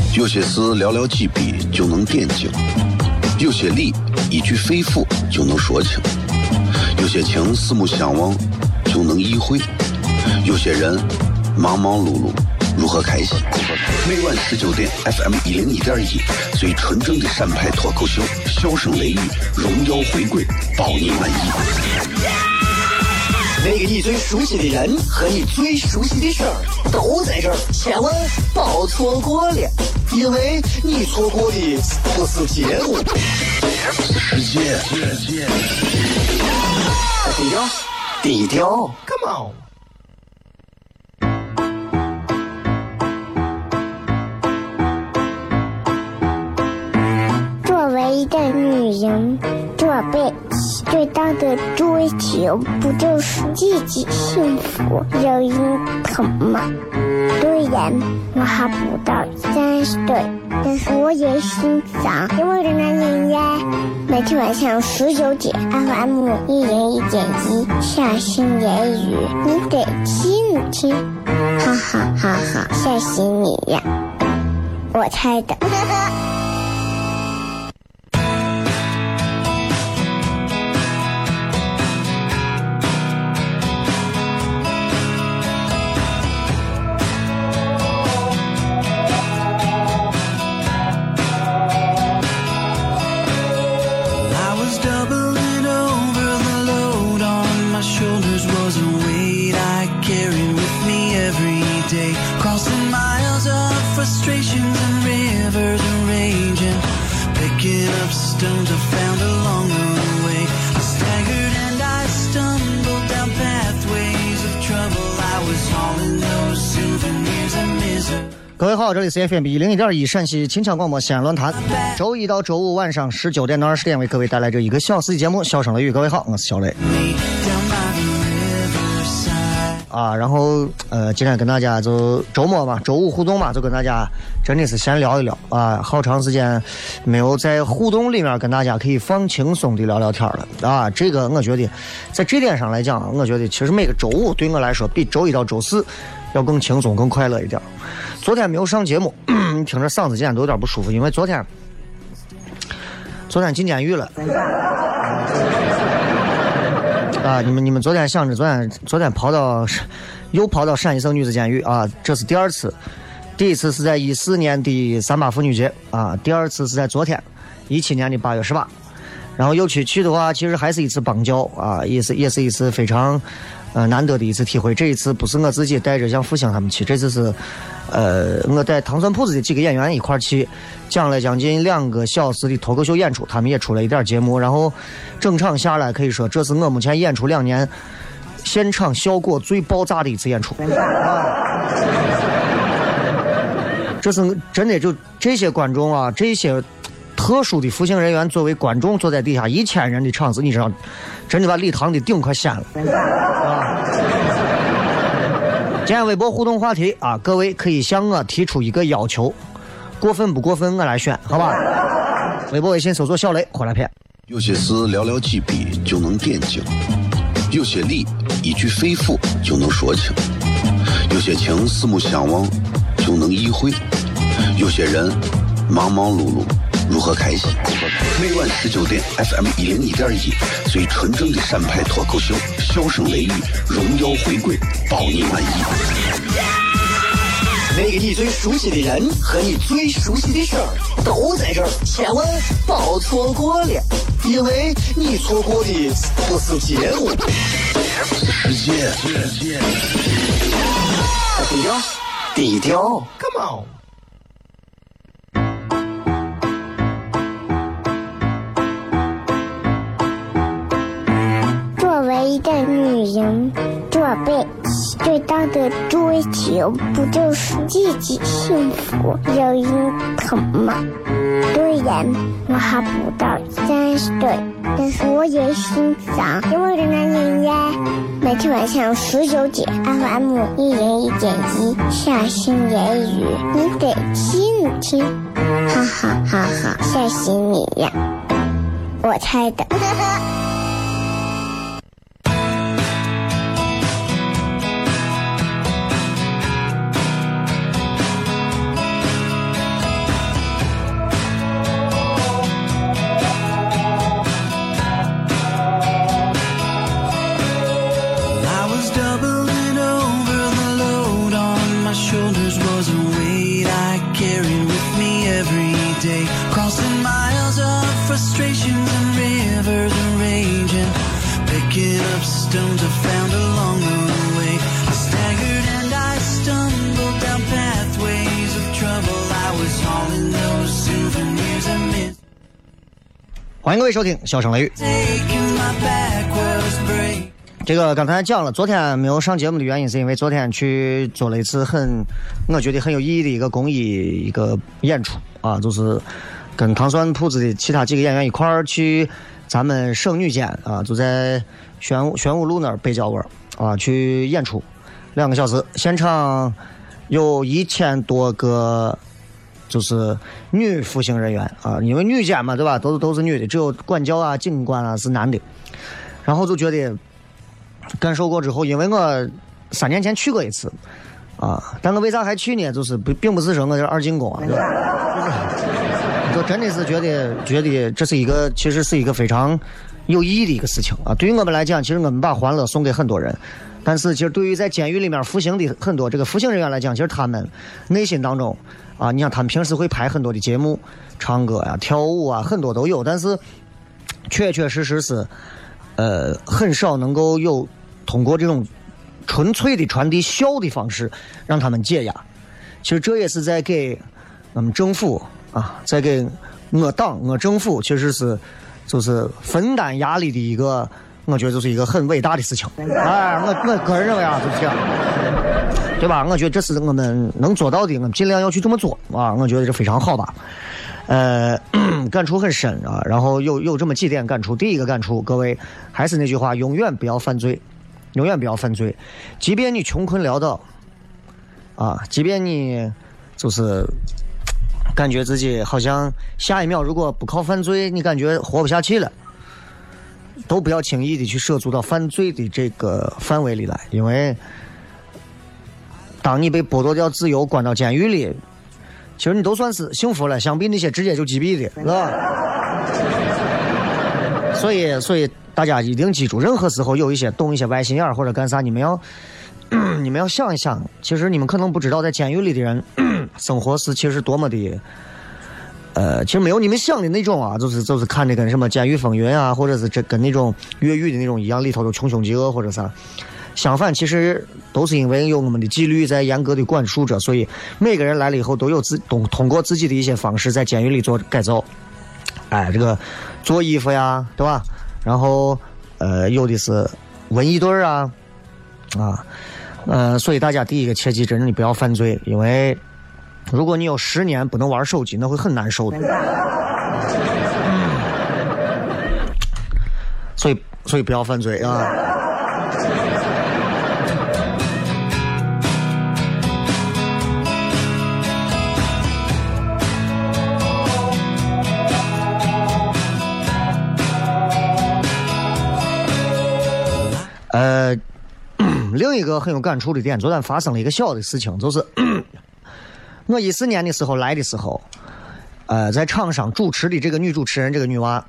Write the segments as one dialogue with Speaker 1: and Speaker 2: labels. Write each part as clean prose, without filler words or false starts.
Speaker 1: 有些事寥寥几笔就能点睛，有些理一句肺腑就能说清，有些情四目相望就能意会，有些人忙忙碌碌如何开心。每晚19点 FM101.1，最纯正的陕派脱口秀，笑声雷雨，荣耀回归，保你满意。
Speaker 2: 那个你最熟悉的人和你最熟悉的事儿都在这儿，千万别错过了，因为你错过的不是节目，
Speaker 1: 世界。
Speaker 2: 低调 ，Come on。
Speaker 3: 作为一个女人，这辈子最大的追求不就是自己幸福、有人疼吗？虽然我还不到30岁，但是我也心脏因为的男人呀。每天晚上19点 FM101.1，下心言语，你得听听，哈哈哈哈，吓死你呀！我猜的。
Speaker 4: 各位好，这里是 FM101.1 陕西秦腔广播西安论坛，周一到周五晚上19点到20点为各位带来这一个小时的节目，笑声雷雨。各位好，我是小雷。然后今天跟大家就周末嘛，周五互动嘛，就跟大家真的是闲聊一聊啊，好长时间没有在互动里面跟大家可以放轻松的聊聊天了啊。这个我觉得在这点上来讲，我觉得其实每个周五对我来说比周一到周四要更轻松更快乐一点。昨天没有上节目，听着嗓子今天都有点不舒服，因为昨天进监狱了。你们昨天想着昨天又跑到陕西省女子监狱啊，这是第二次，第一次是在14年的3·8妇女节啊，第二次是在昨天17年的8月18，然后又去的话，其实还是一次邦交啊，也是一次非常难得的一次体会。这一次不是我自己带着像复兴他们去，这次是我带糖蒜铺子的几个演员一块去，讲了将近2个小时的脱口秀演出，他们也出了一点节目，然后整场下来可以说这是我目前演出2年现场效果最爆炸的一次演出。这是真的，就这些观众啊，这些特殊的服刑人员作为观众坐在底下，1000人的场子，你知道真的把礼堂的顶快掀了今天微博互动话题啊，各位可以向我提出一个要求，过分不过分我来选，好吧？微博微信搜索小雷回来片。
Speaker 1: 有些事寥寥几笔就能点睛，有些理一句肺腑就能说清，有些情四目相望就能意会，有些人忙忙碌碌如何开心。每晚19点 FM101.1，最纯正的陕派脱口秀，笑声雷雨，荣耀回归，保你满意。
Speaker 2: 那个你最熟悉的人和你最熟悉的事儿都在这儿，千万别错过了，因为你错过的不是节目，
Speaker 1: 世界。
Speaker 2: 低调 ，Come on。
Speaker 3: 作为一个女人，这辈子最大的追求不就是自己幸福、有人疼吗？虽然我还不到30岁，但是我也心脏因为的男人呀。每天晚上19点 FM101.1，下心言语，你得听听，哈哈哈哈，吓死你呀！我猜的。
Speaker 5: day, crossing miles of frustrations and rivers and raging, picking up stones I found along the way. I staggered and I stumbled down pathways of trouble. I was hauling those souvenirs and missed.
Speaker 4: 欢迎各位收听笑声雷雨。这个刚才讲了，昨天没有上节目的原因是因为昨天去做了一次我觉得很有意义的一个公益一个演出啊，就是跟糖酸铺子的其他几个演员一块儿去咱们省女监啊，就在宣武路那儿北角湾啊去演出2个小时，现场有1000多个就是女服刑人员啊，因为女监嘛，对吧？都是女的，只有管教啊、警官啊是男的。然后就觉得感受过之后，因为我3年前去过一次啊，但我为啥还去呢？就是并不是说我是二进宫啊，对吧？就真的是觉得这是一个其实是一个非常有意义的一个事情啊。对于我们来讲，其实我们把欢乐送给很多人。但是其实对于在监狱里面服刑的很多这个服刑人员来讲，其实他们内心当中啊，你想他们平时会拍很多的节目，唱歌呀、跳舞啊，很多都有，但是确实是很少能够有通过这种纯粹的传递笑的方式让他们解压。其实这也是在给我们政府啊，在给我党我政府其实是就是分担压力的一个，我觉得就是一个很伟大的事情。哎，我个人认为啊，就是这样，对吧？我觉得这是我们能做到的，我们尽量要去这么做啊。我觉得这非常好吧。感触很深啊。然后有这么几点感触。第一个感触，各位还是那句话，永远不要犯罪，永远不要犯罪。即便你穷困潦倒啊，即便你就是感觉自己好像下一秒如果不靠犯罪，你感觉活不下去了。都不要轻易的去涉足到犯罪的这个范围里来，因为当你被剥夺掉自由关到监狱里，其实你都算是幸福了，相比那些直接就击毙的，是吧？所以大家一定记住，任何时候有一些动一些歪心眼或者干啥，你们要想一想，其实你们可能不知道，在监狱里的人生活是其实多么的其实没有你们想的那种啊，就是看的跟什么监狱风云啊，或者是这跟那种越狱的那种一样，里头都穷凶极恶或者啥。相反，其实都是因为有我们的纪律在严格的管束着，所以每个人来了以后都有通过自己的一些方式在监狱里做改造。哎，这个做衣服呀，对吧？然后有的是文艺队啊，所以大家第一个切记，真的你不要犯罪，因为如果你有10年不能玩手机，那会很难受的。所以不要犯罪啊。另一个很有感触的点，昨天发生了一个小的事情，就是我14年的时候来的时候，在场上主持的这个女主持人，这个女娃，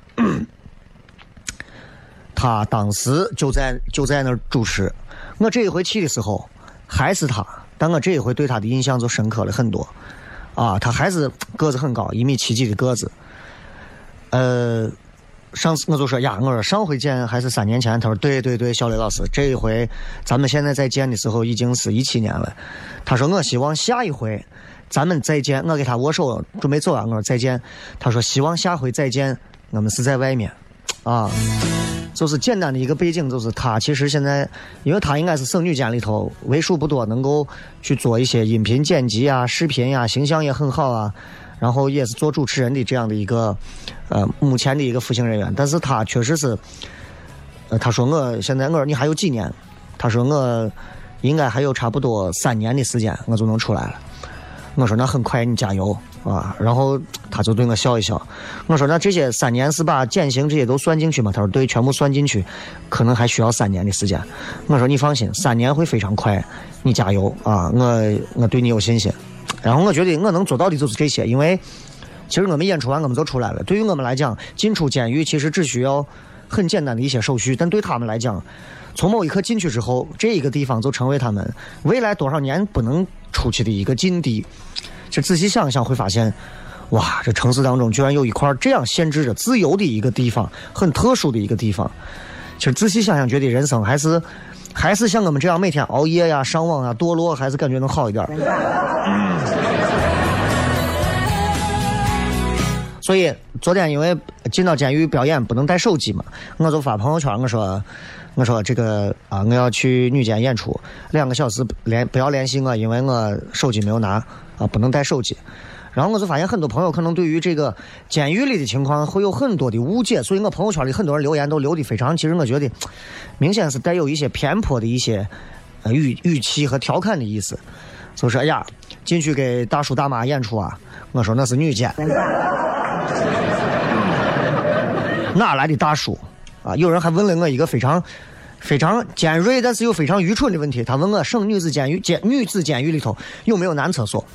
Speaker 4: 她当时就在那儿主持。我这一回去的时候还是她，但我这一回对她的印象就深刻了很多啊。她还是个子很高，1.7米几的个子。上次我就说呀，我说上回见还是3年前，他说对，小雷老师，这一回咱们现在再见的时候已经是17年了。他说我希望下一回咱们再见，我给他握手准备走啊，我说再见。他说希望下回再见，我们是在外面啊。就是简单的一个背景，就是他其实现在，因为他应该是省女监里头为数不多能够去做一些音频剪辑啊、视频啊，形象也很好啊。然后也是做主持人的这样的一个目前的一个服刑人员，但是他确实是他说我现在我说你还有几年，他说我应该还有差不多3年的时间我就能出来了。我说那很快，你加油啊。然后他就对我笑一笑。我说那这些3年是把减刑这些都算进去吗？他说对，全部算进去，可能还需要3年的时间。我说你放心，3年会非常快，你加油啊，我对你有信心。然后我觉得我能做到的就是这些，因为其实我们演出完我们就出来了。对于我们来讲，进出监狱其实只需要很简单的一些手续，但对他们来讲，从某一刻进去之后，这一个地方就成为他们未来多少年不能出去的一个禁地。就仔细想一想会发现， 哇，这城市当中居然有一块这样限制着自由的一个地方，很特殊的一个地方。其实仔细想想，觉得人生还是像我们这样每天熬夜呀、上网啊、堕落，还是感觉能好一点。所以昨天因为进到监狱表演不能带手机嘛，我就发朋友圈，我说这个啊，我要去女监演出，2个小时不要联系我，因为我手机没有拿啊，不能带手机。然后我就发现很多朋友可能对于这个监狱里的情况会有很多的误解，所以我朋友圈里很多人留言都留的非常，其实我觉得明显是带有一些偏颇的一些语气和调侃的意思。就说哎呀，进去给大叔大妈演出啊，我说那是女监。哪来的大叔啊？有人还问了我一个非常尖锐但是又非常愚蠢的问题，他问我省女子监狱里头有没有男厕所。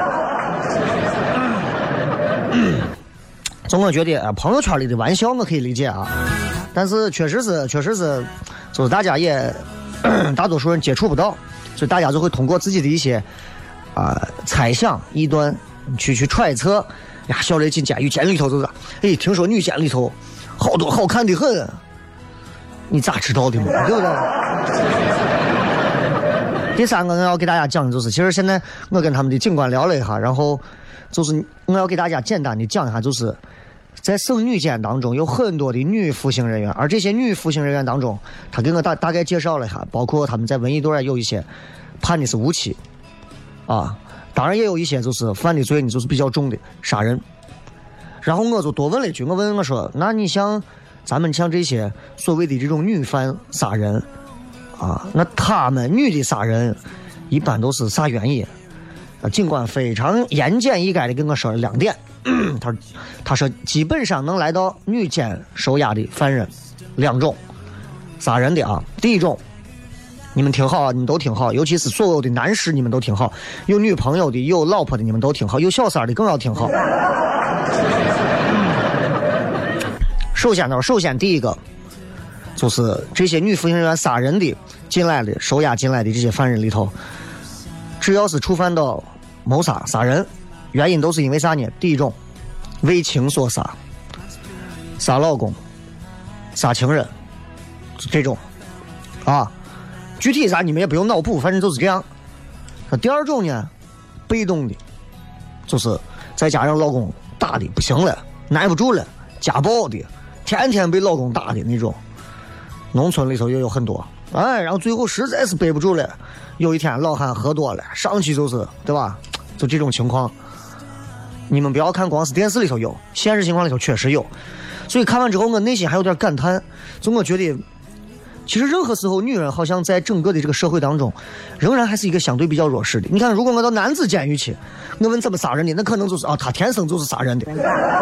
Speaker 4: 总我觉得朋友圈里的玩笑我可以理解啊，但是确实是就是大家也大多数人接触不到，所以大家就会通过自己的一些猜想臆断去揣测呀。小雷进监狱里头就是哎，听说女监里头好多好看的很，你咋知道的嘛？对不对？第3个我要给大家讲的就是，其实现在我跟他们的警官聊了一下，然后就是我要给大家简单的讲一下，就是在省女监当中有很多的女服刑人员，而这些女服刑人员当中，他给我大概介绍了一下，包括他们在文艺队有一些判的是无期啊，当然也有一些就是犯的罪你就是比较重的杀人。然后我就多问了一句，我说，那你像咱们像这些所谓的这种女犯杀人啊，那他们女的杀人一般都是啥原因？警官非常言简意赅的跟我说了2点。他说基本上能来到女监收押的犯人2种杀人的啊。第一种，你们听好啊，你们都听好，尤其是所有的男士你们都听好，有女朋友的有老婆的你们都听好，有小三的更要听好。首先第一个就是这些女服刑人员杀人的进来的收押进来的这些犯人里头，只要是触犯到谋杀杀人，原因都是因为啥呢？第一种为情所杀，杀老公杀情人这种啊，具体啥你们也不用脑补，反正就是这样。第二种呢，被动的就是在家让老公打的不行了，耐不住了，家暴的，天天被老公打的那种，农村里头也有很多。哎，然后最后实在是背不住了，有一天老汉喝多了，上去就是对吧？就这种情况，你们不要看光是电视里头有，现实情况里头确实有。所以看完之后我内心还有点感叹，就我觉得其实任何时候女人好像在整个的这个社会当中仍然还是一个相对比较弱势的。你看如果我到男子监狱去，我问怎么杀人的，那可能就是他天生就是杀人的，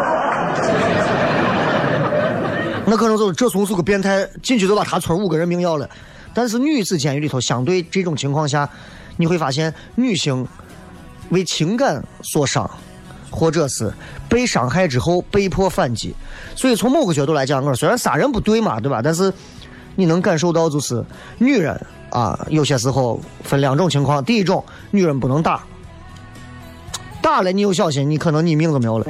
Speaker 4: 那可能就是这怂是个变态，进去就把他村5个人命要了。但是女子监狱里头相对这种情况下，你会发现女性为情感所伤，或者是被伤害之后被迫反击。所以从某个角度来讲，虽然杀人不对嘛，对吧？但是你能感受到就是女人啊，有些时候分2种情况。第一种，女人不能打，打了你有小心，你可能你命都没有了。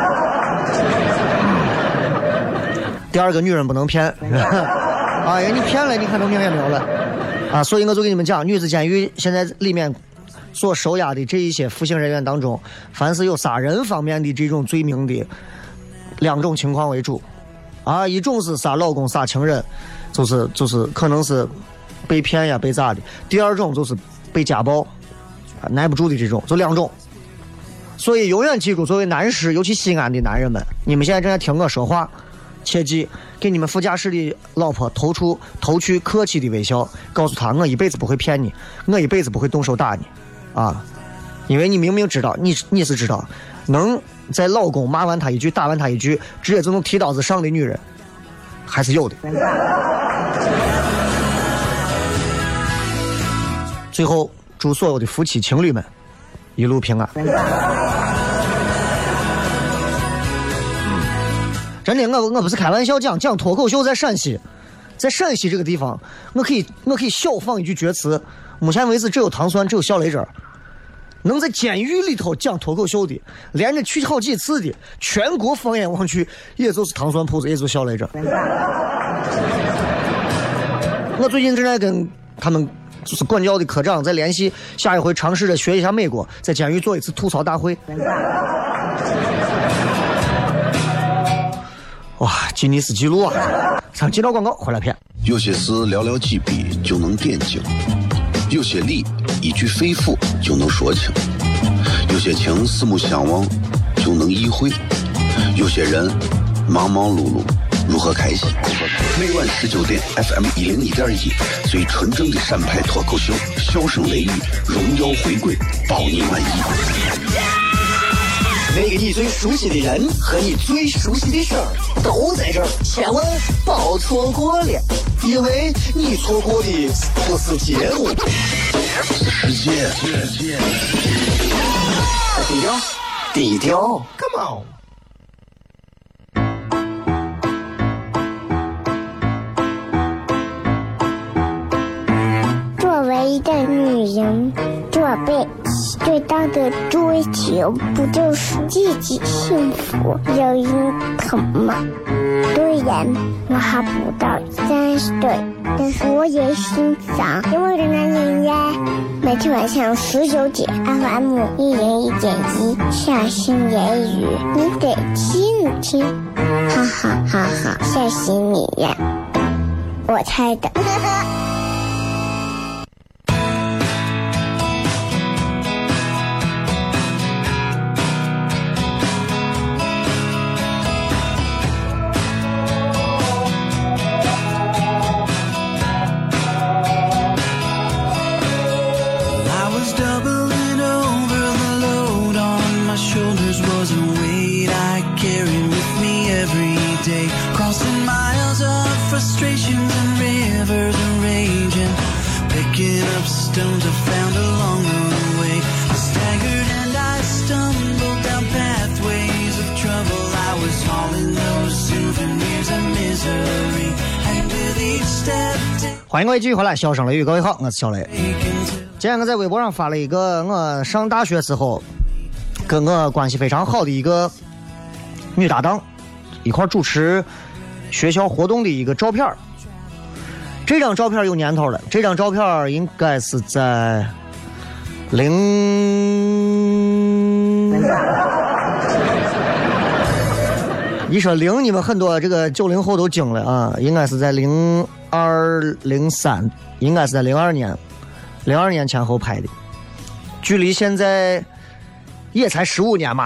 Speaker 4: 第二个，女人不能骗。哎呀，你骗了，你可能命也没有了啊！所以我就跟你们讲，女子监狱现在里面所收押的这一些服刑人员当中，凡是有杀人方面的这种罪名的2种情况为主啊，一种是杀老公杀情人，就是可能是被骗呀被咋的；第二种就是被家暴耐不住的这种，就2种。所以永远记住，作为男士，尤其西安的男人们，你们现在正在听我说话，切记给你们副驾驶的老婆投去客气的微笑，告诉她我一辈子不会骗你，我一辈子不会动手打你啊！因为你明明知道，你是知道，能在老公骂完他一句打完他一句直接就能提刀子上的女人还是有的。最后祝所有的夫妻情侣们一路平安。真的，我不是开玩笑讲脱口秀在陕西这个地方，我可以效仿一句绝词，目前为止只有糖酸，只有小雷这儿。 能在监狱里头讲脱口秀的，连着去好几次的，全国放眼望去，也就是糖蒜铺子，也就是小雷子。我最近正在跟他们就是管教的科长在联系，下一回尝试着学一下美国，在监狱做一次吐槽大会。哇，吉尼斯纪录啊！上接到广告回来片。
Speaker 1: 有些事寥寥几笔就能点睛，有些理一句肺腑就能说清，有些情四目相望就能意会，有些人忙忙碌碌如何开心？每晚19点 FM 101.1，最纯正的陕派脱口秀，笑声雷雨，荣耀回归，保你满意。
Speaker 2: 那个你最熟悉的人和你最熟悉的事儿都在这儿，千万别错过了，因为你错过的不是节目，
Speaker 1: 世界。
Speaker 2: 低调
Speaker 1: ，Come on。
Speaker 3: 作为一个女人，这辈子最大的追求不就是自己幸福、有人疼吗？虽然我还不到30岁，但是我也心脏因为的男人呀。每天晚上19点 FM 101.1，下心言语，你得听听，哈哈哈哈，吓死你呀！我猜的。
Speaker 5: Stones I found along the way. I staggered and I stumbled down pathways of trouble. I was hauling those souvenirs of misery. And with each step
Speaker 4: 欢迎各位继续回来，笑声雷雨，各位好，我是小雷。今天我在微博上发了一个我上大学时候跟我关系非常好的一个女搭档一块主持学校活动的一个照片。这张照片有年头了，这张照片应该是在一说零，你们很多这个90后都惊了啊，应该是在02、03，应该是在02年前后拍的，距离现在也才15年嘛。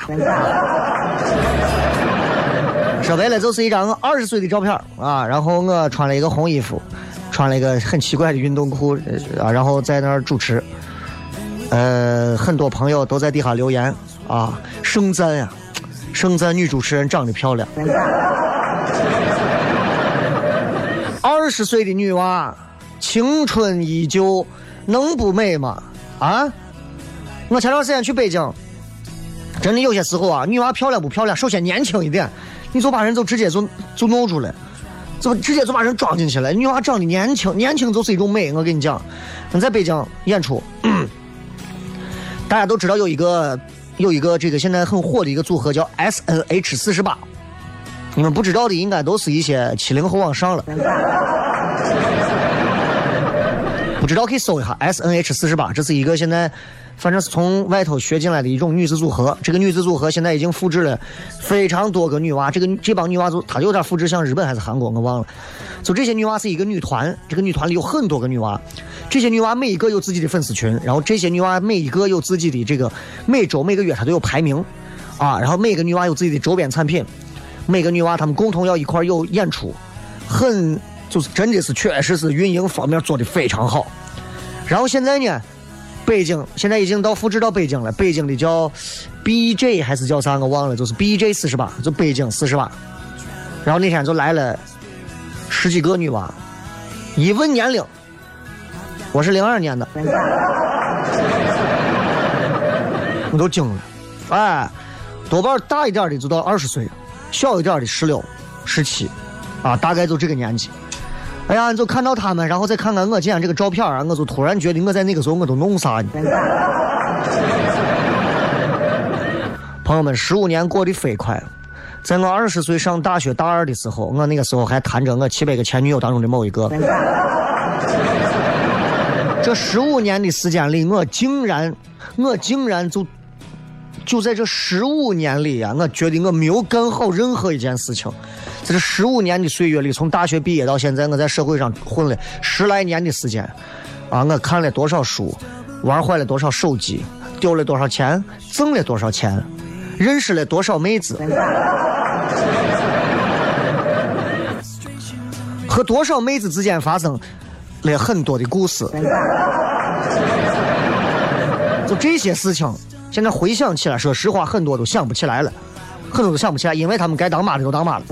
Speaker 4: 说白了就是一张20岁的照片啊，然后我穿了一个红衣服，穿了一个很奇怪的运动裤啊，然后在那儿主持，很多朋友都在底下留言啊，盛赞呀，盛赞女主持人长得漂亮。20岁的女娃，青春依旧，能不美吗？啊！我前段时间去北京，真的有些时候啊，女娃漂亮不漂亮，首先年轻一点，你就把人就直接就弄出来。直接就把人装进去了。女娃长得年轻，年轻就是一种美。我跟你讲，你在北京演出，大家都知道有一个这个现在很火的一个组合叫 SNH48，你们不知道的应该都是一些70后往上了。不知道可以搜一下 SNH48，这是一个现在反正是从外头学进来的一种女子组合。这个女子组合现在已经复制了非常多个女娃，这帮女娃她有点复制像日本还是韩国我忘了。就这些女娃是一个女团，这个女团里有很多个女娃，这些女娃每一个有自己的粉丝群，然后这些女娃每一个有自己的这个每周每个月她都有排名啊，然后每个女娃有自己的周边产品，每个女娃她们共同要一块有演出，就是真的是确实是运营方面做得非常好。然后现在呢，北京现在已经复制到北京了，北京的叫 BJ 还是叫啥我忘了，就是 BJ 48，就北京48。然后那天就来了10几个女娃，一问年龄，我是02年的，我都惊了。哎，多半大一点的就到20岁，小一点的16、17，啊，大概就这个年纪。哎呀，你就看到他们，然后再看看我今天这个照片啊，我就突然觉得我在那个时候我都弄啥呢？ 朋友们，15年过得飞快。在我20岁上大学大二的时候，我那个时候还谈着我700个前女友当中的某一个。这15年的时间里，我竟然就在这15年里啊，我觉得我没有干好任何一件事情。在这15年的岁月里，从大学毕业到现在，我在社会上混了10来年的时间啊，我看了多少书，玩坏了多少手机，丢了多少钱，挣了多少钱，认识了多少妹子，和多少妹子之间发生了很多的故事。就这些事情现在回想起来，说实话很多都想不起来了，因为他们该当妈的都当妈了。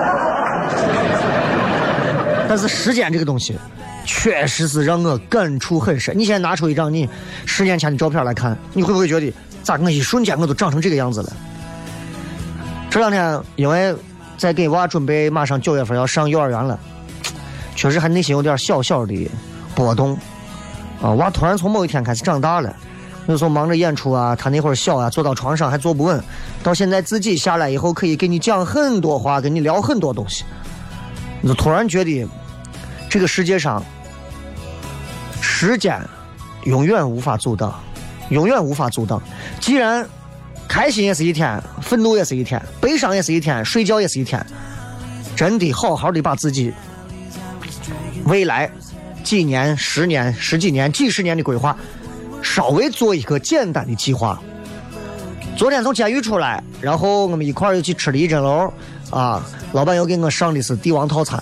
Speaker 4: 但是时间这个东西确实是让我感触很深。你现在拿出一张你10年前的照片来看，你会不会觉得咋我一瞬间我都长成这个样子了？这两天因为在给娃准备马上9月份要上幼儿园了，确实还内心有点小小的波动啊。娃突然从某一天开始长大了，有时候忙着演出啊，他那会儿小啊，坐到床上还坐不稳，到现在自己下来以后可以给你讲很多话，跟你聊很多东西，你就突然觉得这个世界上时间永远无法阻挡。既然开心也是一天，愤怒也是一天，悲伤也是一天，睡觉也是一天，真的好好的把自己未来几年、10年、10几年、几十年的规划稍微做一个简单的计划。昨天从监狱出来，然后我们一块儿又去吃了一针楼啊，老板又给我上的是帝王套餐。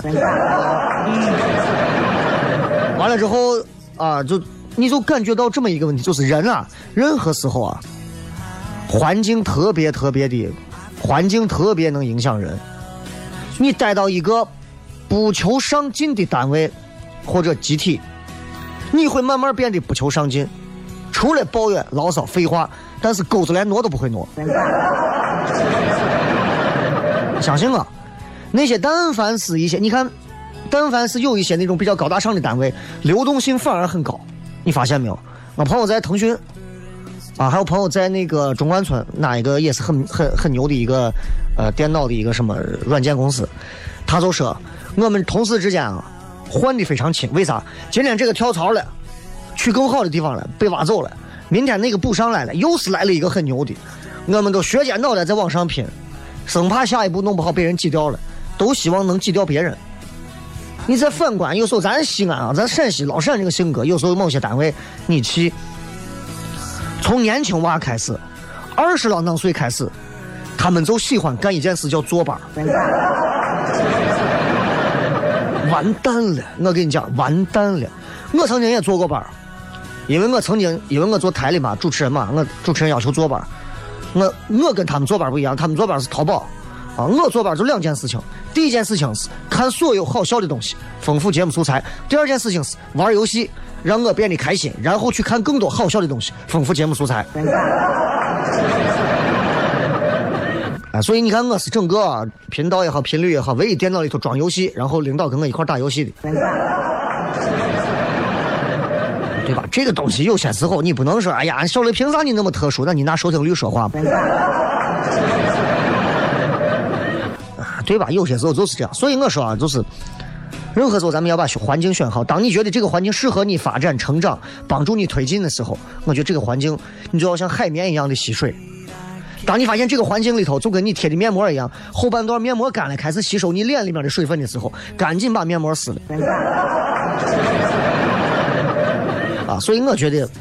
Speaker 4: 完了之后啊，你就感觉到这么一个问题，就是人啊，任何时候啊，环境特别能影响人。你待到一个不求上进的单位或者集体，你会慢慢变得不求上进，除了抱怨牢骚废话，但是钩子连挪都不会挪。相信我，那些但凡是一些，你看但凡是有一些那种比较高大上的单位，流动性反而很高。你发现没有？我朋友在腾讯啊，还有朋友在那个中关村那一个也是很牛的一个电脑的一个什么软件公司，他就说我们同事之间啊换的非常勤。为啥？今天这个跳槽了，去更好的地方了，被挖走了，明天那个补上来了，又是来了一个很牛的，我们都削尖脑袋在往上拼，生怕下一步弄不好被人挤掉了，都希望能挤掉别人。你再反观，有时候咱西安啊，咱陕西老陕这个性格，有时候某些单位你去，从年轻娃开始，20郎当岁开始，他们就喜欢干一件事叫坐班。完蛋了，我跟你讲，完蛋了。我曾经也做过班，因为我做台里嘛，主持人嘛，我主持人要求坐班，我跟他们坐班不一样，他们坐班是淘宝啊，我坐班就2件事情。第一件事情是看所有好笑的东西，丰富节目素材；第二件事情是玩游戏，让我变得开心，然后去看更多好笑的东西，丰富节目素材。所以你看，我是整个频道也好，频率也好，唯一电脑里头装游戏，然后领导跟我一块打游戏的，对吧？这个东西有些时候你不能说，哎呀，小雷凭啥你那么特殊？那你拿收听率说话吧。对吧？有些时候就是这样，所以我说啊，就是任何时候咱们要把环境选好。当你觉得这个环境适合你发展成长，帮助你推进的时候，我觉得这个环境你就要像海绵一样的吸水。当你发现这个环境里头就跟你贴的面膜一样，后半段面膜干了开始吸收你脸里面的水分的时候，赶紧把面膜撕了。啊，所以我觉得，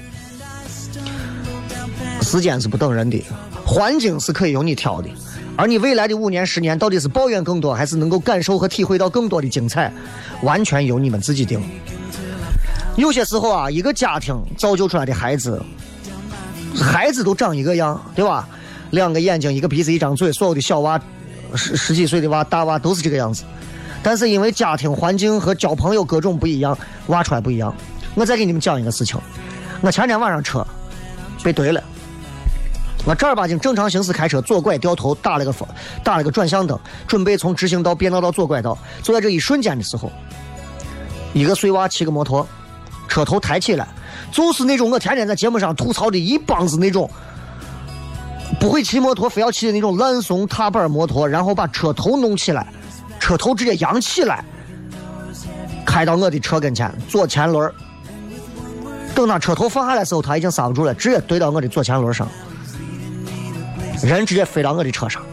Speaker 4: 时间是不等人的，环境是可以由你挑的。而你未来的5年10年到底是抱怨更多，还是能够感受和体会到更多的精彩，完全由你们自己定。有些时候啊，一个家庭造就出来的孩子都长一个样，对吧？2个眼睛1个鼻子1张嘴，所有的小娃十几岁的娃大娃都是这个样子。但是因为家庭环境和交朋友各种不一样，挖出来不一样。我再给你们讲一个事情，我前天晚上车被怼了，我正儿八经正常行驶开车，左拐掉头，打了个转向灯，准备从直行道变道到左拐道。就在这一瞬间的时候，一个碎娃骑个摩托，车头抬起来，就是那种我天天在节目上吐槽的一帮子那种不会骑摩托，非要骑的那种烂怂踏板摩托，然后把车头弄起来，车头直接扬起来，开到我的车跟前，左前轮。等他车头放下来的时候，他已经刹不住了，直接怼到我的左前轮上，人直接飞到我的车上。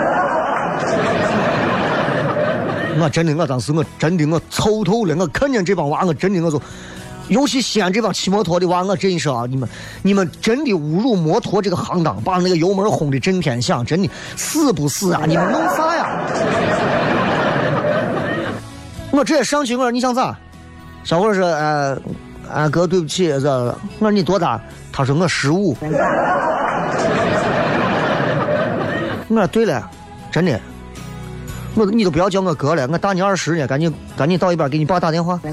Speaker 4: 我当时我抽头了，我看见这帮娃，我就，尤其西安这帮骑摩托的娃，我真是啊，你们真的侮辱摩托这个行当，把那个油门轰的震天响，真的死不死啊？你们弄啥呀？我直接上去，我说你想咋？小伙说哥对不起，我说你多大？他说我15。我说对了，真的。你都不要叫我哥了，我大你20呢，赶紧到一边给你爸打电话。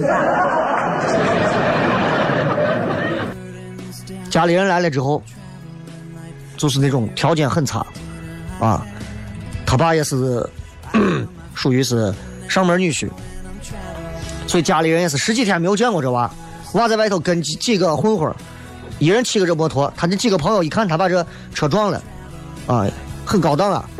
Speaker 4: 家里人来了之后，就是那种条件很差，啊，他爸也是属于是上门女婿，所以家里人也是10几天没有见过这娃在外头跟几个混混，一人骑个这摩托，他这几个朋友一看他把这车撞了，啊，很高档啊。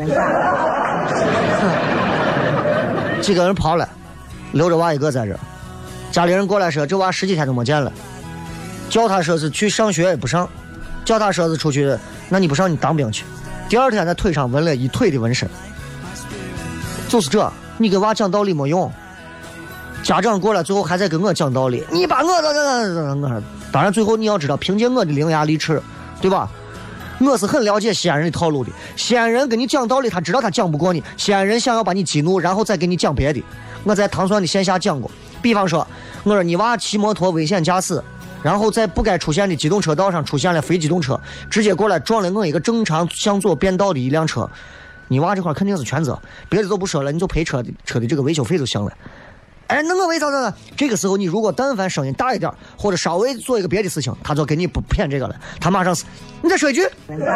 Speaker 4: 几个人跑了，留着娃一个在这，家里人过来说这娃10几天都没见了，叫他说是去上学也不上，叫他说是出去，那你不上你当兵去。第二天在腿上纹了一腿的纹身，就是这，你给娃讲道理没用。家长过来最后还在跟我讲道理，你把我当然最后你要知道，凭借我的伶牙俐齿，对吧？我是很了解西安人的套路的，西安人跟你讲道理，他知道他讲不过你，西安人想要把你激怒，然后再给你讲别的。我在糖蒜的线下讲过，比方说，我说你娃骑摩托危险驾驶，然后在不该出现的机动车道上出现了非机动车，直接过来撞了我一个正常向左变道的一辆车，你娃这块肯定是全责，别的都不说了，你就赔车的这个维修费就行了。那我为啥呢？这个时候你如果但凡声音大一点，或者稍微做一个别的事情，他就给你不骗这个了，他马上是你再说一句。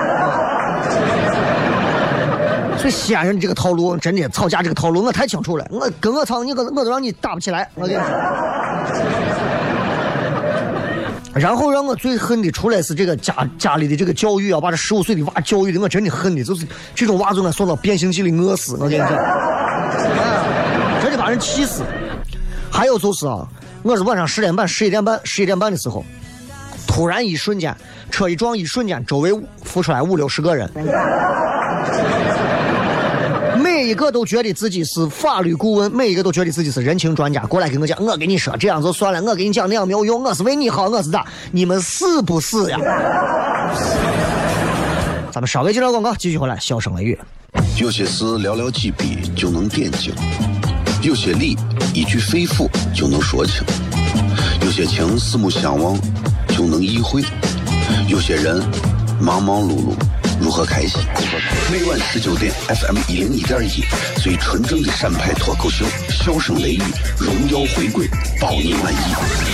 Speaker 4: 所以西安人这个套路，真的吵架这个套路我太清楚了，我跟我吵你我都让你打不起来，我跟你说。然后让我最恨的出来是这个家里的这个教育啊，把这15岁的娃教育的我真的恨的，就是这种娃就该送到变形记里饿死，我跟你讲，真的把人气死。还有就是啊，我是晚上10点半、11点半的时候，突然一瞬间车一撞，一瞬间周围浮出来50、60个人，每一个都觉得自己是法律顾问，每一个都觉得自己是人情专家，过来跟我讲，我跟你说这样就算了，我跟你讲那样没有用，我是为你好，我是咋？你们死不死呀？咱们稍微接着广告，继续回来，笑声雷雨。
Speaker 1: 有些事寥寥几笔就能点睛，有些理一句肺腑就能说清，有些情四目相望就能意会，有些人忙忙碌碌如何开心？每晚19点 FM 101.1，最纯正的陕派脱口秀，笑声雷雨，荣耀回归，保你满意。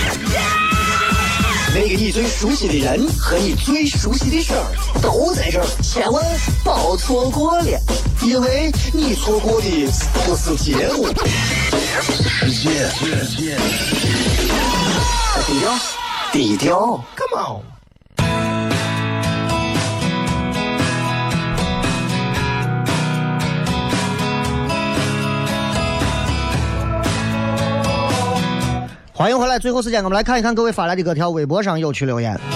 Speaker 2: 那个你最熟悉的人和你最熟悉的事儿都在这儿，千万别错过了，因为你错过的不是节目，
Speaker 1: 世界。
Speaker 2: 低调
Speaker 1: ，Come on。
Speaker 4: 欢迎回来，最后时间我们来看一看各位发来的各条微博上有趣留言。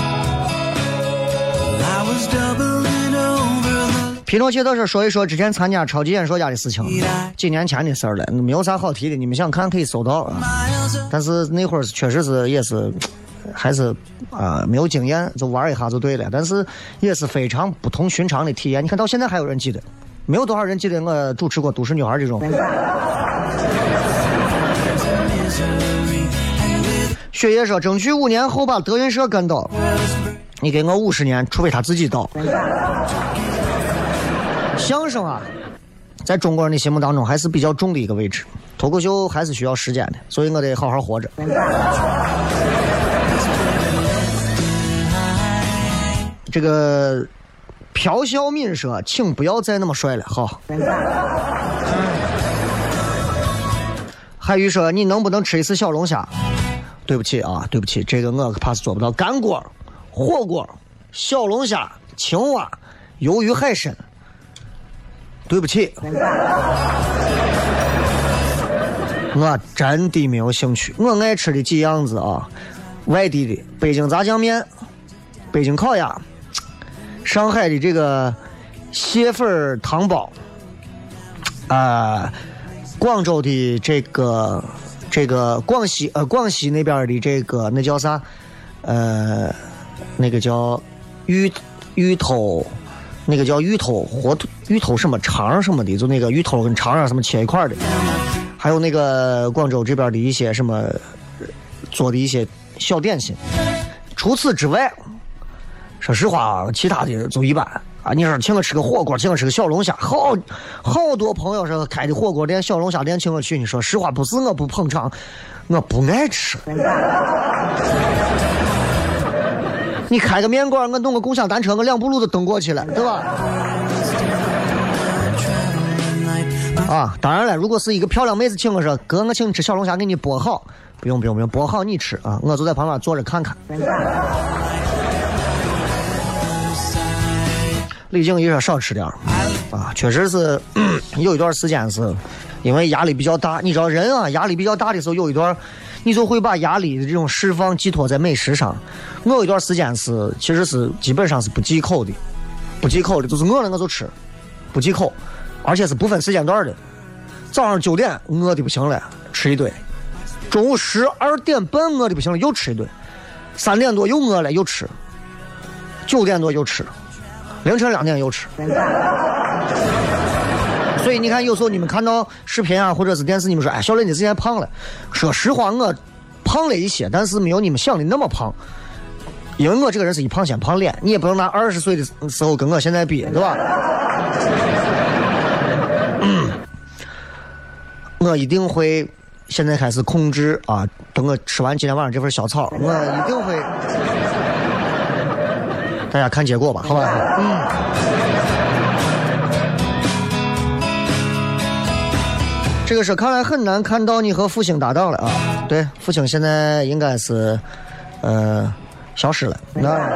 Speaker 4: 皮诺切特说一说之前参加超级演说家的事情，几年前的事儿了，没有啥好提的，你们想看可以搜到啊。但是那会儿确实是也是还是没有经验，就玩一下就对了，但是也是非常不同寻常的体验。你看到现在还有人记得，没有多少人记得我主持过都市女孩这种。雪爷说争取5年后把德云社干倒，你给我50年，除非他自己倒。相声啊在中国人的心目当中还是比较重的一个位置，脱口秀还是需要时间的，所以我得好好活着。这个朴孝敏说请不要再那么帅了，好。海宇说你能不能吃一次小龙虾？对不起啊，对不起，这个我怕是做不到。干锅、火锅、小龙虾、青蛙、 鱿鱼海参，对不起，我真的没有兴趣。我爱吃的几样子啊，外地的北京炸酱面、北京烤鸭、上海的这个蟹粉汤包，广州的这个广西那边的这个那叫啥？那个叫芋头，那个叫芋头什么肠什么的，就那个芋头跟肠啊什么切一块的。还有那个广州这边的一些什么做的一些小点心。除此之外，说实话，其他的就一般啊。你说请我吃个火锅，请我吃个小龙虾，好多朋友说开的火锅店、小龙虾店请我去。你说实话，不是我不捧场，我不爱吃。你开个面馆，我弄个共享单车，我2步路都蹬过去了，对吧？啊，当然了，如果是一个漂亮妹子请我说，哥，我请你吃小龙虾，给你剥好，不用，剥好你吃啊，我就在旁边坐着看看。李静怡说少吃点啊，确实是有一段时间是因为压力比较大，你知道人啊，压力比较大的时候有一段。你就会把压力的这种释放寄托在美食上。我有一段时间是其实是基本上是不忌口的，就是饿了我就吃，不忌口，而且是不分时间段的。早上9点饿的不行了，吃一顿；中午12点半饿的不行了，又吃一顿；3点多又饿了又吃；9点多又吃；凌晨2点又吃。所以你看，有时候你们看到视频啊，或者是电视，你们说，哎，小磊你之前胖了。说实话，我胖了一些，但是没有你们想的那么胖。因为我这个人是一胖先胖脸，你也不能拿20岁的时候跟我现在比，对吧？我一定会现在开始控制啊，等我吃完今天晚上这份小草，我一定会。大家看结果吧，好吧？这个是看来很难看到你和复兴搭档了啊！对，复兴现在应该是消失了。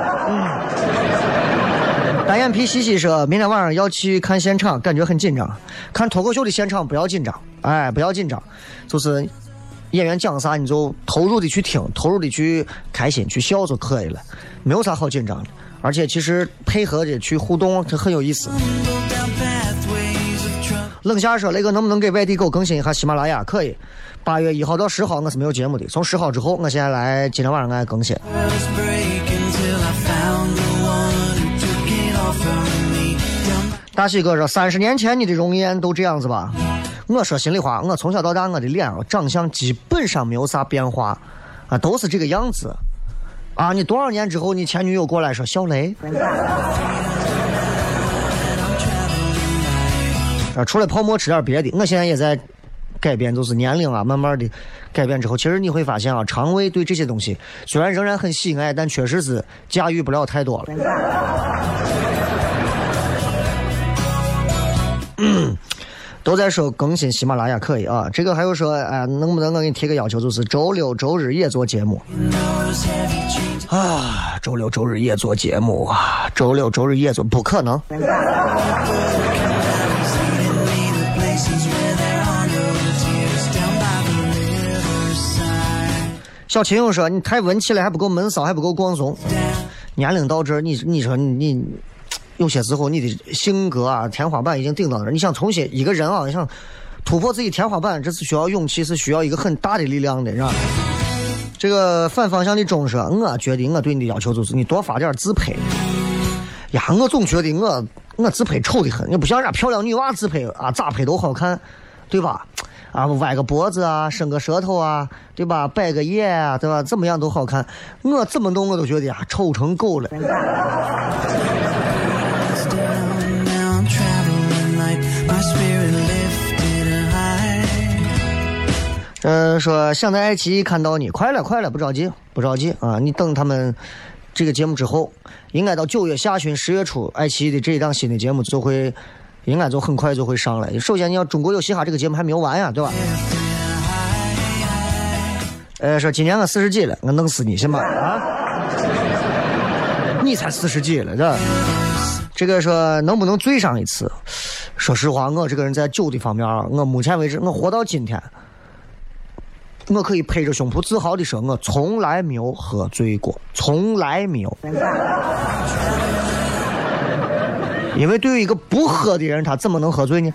Speaker 4: 单眼皮西西说，明天晚上要去看现场，感觉很紧张。看脱口秀的现场不要紧张，不要紧张，就是演员讲啥你就投入的去听，投入的去开心去笑就可以了，没有啥好紧张的。而且其实配合的去互动，这很有意思。冷夏说，雷哥能不能给外地狗更新一下喜马拉雅？可以，8月1号到10号我是没有节目的，从10号之后我现在来今天晚上来更新。大喜哥说，30年前你的容颜都这样子吧？我说心里话，我从小到大我的脸长相基本上没有啥变化啊，都是这个样子啊。你多少年之后你前女友过来说，小雷除了泡沫吃点别的，我现在也在改变，就是年龄啊慢慢的改变之后，其实你会发现啊，肠胃对这些东西虽然仍然很喜爱，但确实是驾驭不了太多了。都在说更新喜马拉雅可以啊，这个还有说能不能我给你提个要求，就是周六周日也做节目啊，周六周日也做节目啊，周六周日也做不可能。小秦勇说，你太文气了，还不够闷骚，还不够光松。年龄到这儿，你说你有些时候你的性格啊，天花板已经顶到那儿。你想重新一个人啊，想突破自己天花板，这是需要勇气，是需要一个很大的力量的，是吧？这个反方向的钟说，我觉得我对你的要求就是你多发点自拍呀。我总觉得我自拍丑的很，你不像人家漂亮女娃自拍啊，咋拍都好看，对吧？啊，歪个脖子啊，伸个舌头啊，对吧？摆个耶啊，对吧？怎么样都好看。我怎么弄我都觉得呀，丑成狗了。说想在爱奇艺看到你，快了，不着急啊！你等他们这个节目之后，应该到9月下旬、10月初，爱奇艺的这一档新的节目就会。应该就很快就会上来。首先你要中国有嘻哈这个节目还没有完呀，对吧？说今年我40几了，我弄死你行吗？啊？你才40几了，这这个说能不能醉上一次？说实话，我这个人在酒的方面啊，我目前为止，我活到今天，我可以拍着胸脯自豪的说，我从来没有喝醉过，从来没有。因为对于一个不喝的人，他怎么能喝醉呢？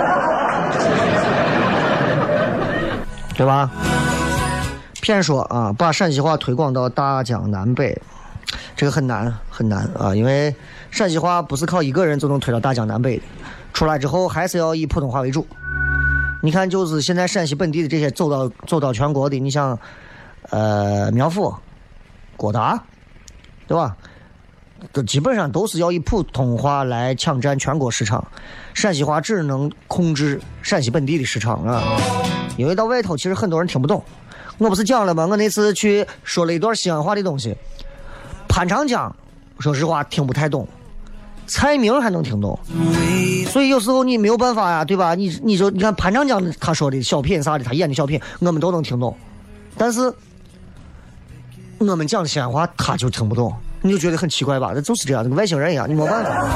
Speaker 4: 对吧？骗说啊，把陕西话推广到大江南北，这个很难很难啊，因为陕西话不是靠一个人就能推到大江南北的，出来之后还是要以普通话为主。你看，就是现在陕西本地的这些走到全国的，你像苗阜、郭达，对吧？都基本上都是要以普通话来抢占全国市场，陕西话只能控制陕西本地的市场啊。因为到外头其实很多人听不懂。我不是讲了吗？我那次去说了一段西安话的东西，潘长江说实话听不太懂，蔡明还能听懂，所以有时候你没有办法呀，对吧？你看潘长江他说的小品啥的，他演的小品我们都能听懂，但是我们讲的西安话他就听不懂，你就觉得很奇怪吧？这就是这样，跟外星人一样，你没办法。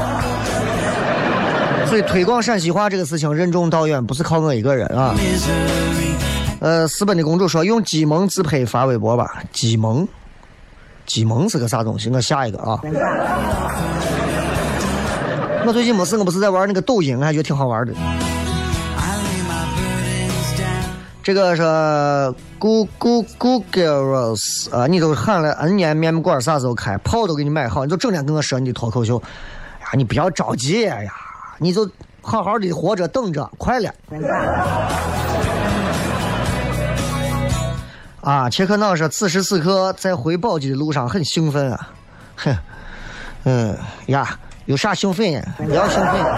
Speaker 4: 所以推广陕西话这个事情任重道远，不是靠我一个人啊。私奔的公主说用鸡萌自拍发微博吧。鸡萌是个啥东西？我下一个啊。我最近没事，我不是在玩那个抖音，还觉得挺好玩的。这个是 Google 啊，你都喊了 N 年面馆啥时候开？炮都给你买好，你就整天跟我说你的脱口秀。呀，你不要着急呀，你就好好的活着等着，快了。啊，切克闹说此时此刻在回宝鸡的路上很兴奋啊，哼，有啥兴奋呀？不要兴奋。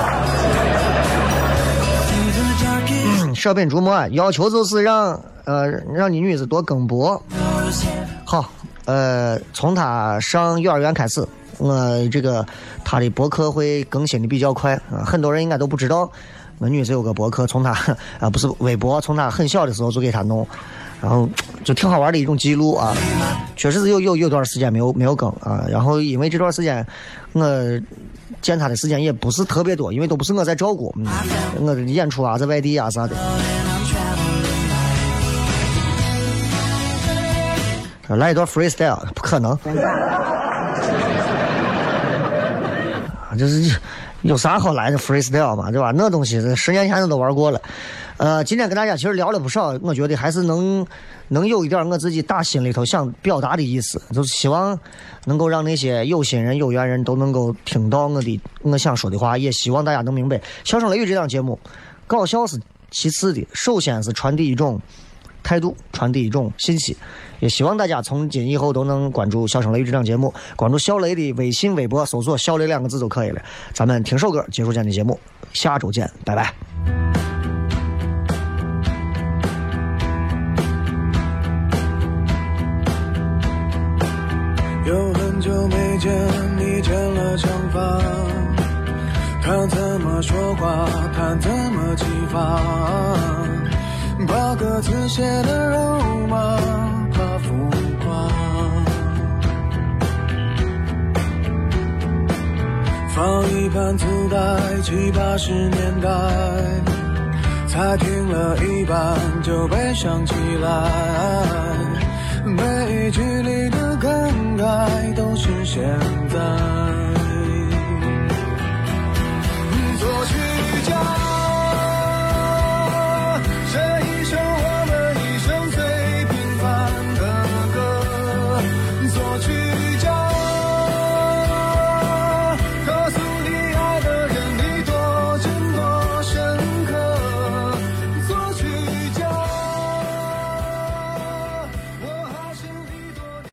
Speaker 4: 舍本逐末，要求就是让你女子多更博。好，从她上幼儿园开始，这个她的博客会更新的比较快啊，很多人应该都不知道，我女子有个博客，从她不是微博，从她很小的时候就给她弄。然后就挺好玩的一种记录啊，确实是有段时间没有更啊。然后因为这段时间我见他的时间也不是特别多，因为都不是我在照顾，我的演出啊在外地啊啥的。来一段 freestyle 不可能，就是有啥好来的 freestyle 嘛，对吧？那东西10年前都玩过了。今天跟大家其实聊了不少，我觉得还是能有一点我自己打心里头想表达的意思，就是希望能够让那些有心人有缘人都能够听到我想说的话，也希望大家能明白笑声雷雨这档节目搞笑是其次的，首先是传递一种态度，传递一种信息，也希望大家从今以后都能关注笑声雷雨这档节目，关注小雷的微信微博，搜索小雷2个字就可以了。咱们听首歌结束今天的节目，下周见，拜拜。
Speaker 5: 有很久没见你剪了长发，看怎么说话，谈怎么激发，把歌词写的肉麻，怕浮夸，放一盘磁带，70、80年代，才听了一半就悲伤起来，每一句里的感慨都是现在。